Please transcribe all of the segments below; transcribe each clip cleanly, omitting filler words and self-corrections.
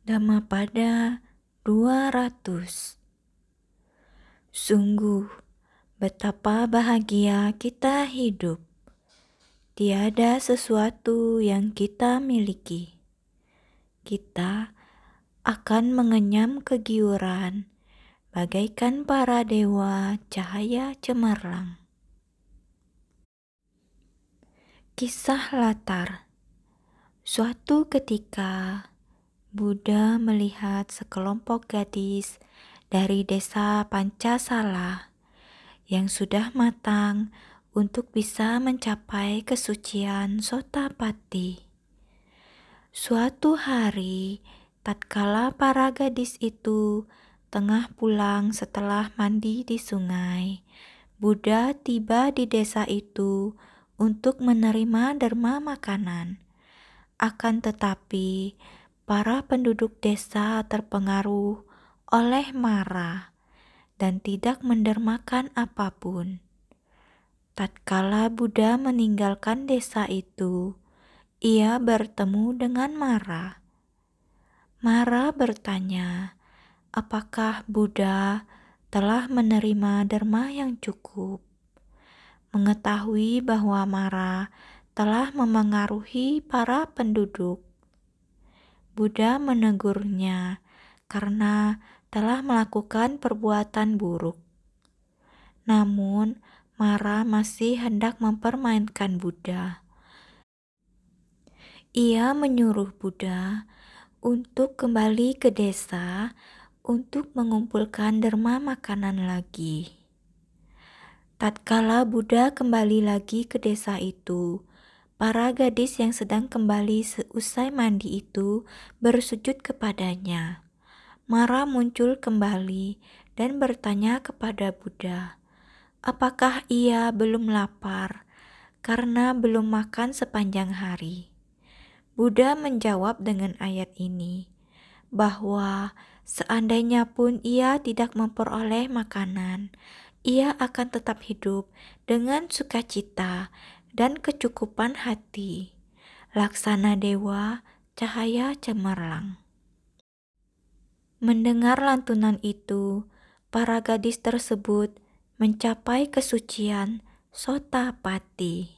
Dhammapada 200. Sungguh, betapa bahagia kita hidup. Tiada sesuatu yang kita miliki. Kita akan mengenyam kegiuran, bagaikan para dewa cahaya cemerlang. Kisah latar. Suatu ketika, Buddha melihat sekelompok gadis dari desa Pancasala yang sudah matang untuk bisa mencapai kesucian Sotapatti. Suatu hari, tatkala para gadis itu tengah pulang setelah mandi di sungai, Buddha tiba di desa itu untuk menerima derma makanan. Akan tetapi, para penduduk desa terpengaruh oleh Mara dan tidak mendermakan apapun. Tatkala Buddha meninggalkan desa itu, ia bertemu dengan Mara. Mara bertanya, apakah Buddha telah menerima derma yang cukup? Mengetahui bahwa Mara telah memengaruhi para penduduk, Buddha menegurnya karena telah melakukan perbuatan buruk. Namun, Mara masih hendak mempermainkan Buddha. Ia menyuruh Buddha untuk kembali ke desa untuk mengumpulkan derma makanan lagi. Tatkala Buddha kembali lagi ke desa itu, para gadis yang sedang kembali seusai mandi itu bersujud kepadanya. Mara muncul kembali dan bertanya kepada Buddha, apakah ia belum lapar karena belum makan sepanjang hari? Buddha menjawab dengan ayat ini, bahwa seandainya pun ia tidak memperoleh makanan, ia akan tetap hidup dengan sukacita dan kecukupan hati, laksana dewa cahaya cemerlang. Mendengar lantunan itu, para gadis tersebut mencapai kesucian Sotapatti.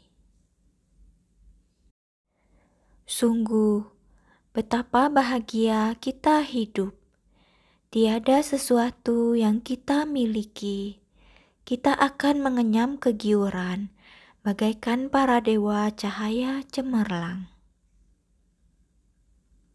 Sungguh, betapa bahagia kita hidup. Tiada sesuatu yang kita miliki. Kita akan mengenyam kegiuran, bagaikan para dewa cahaya cemerlang.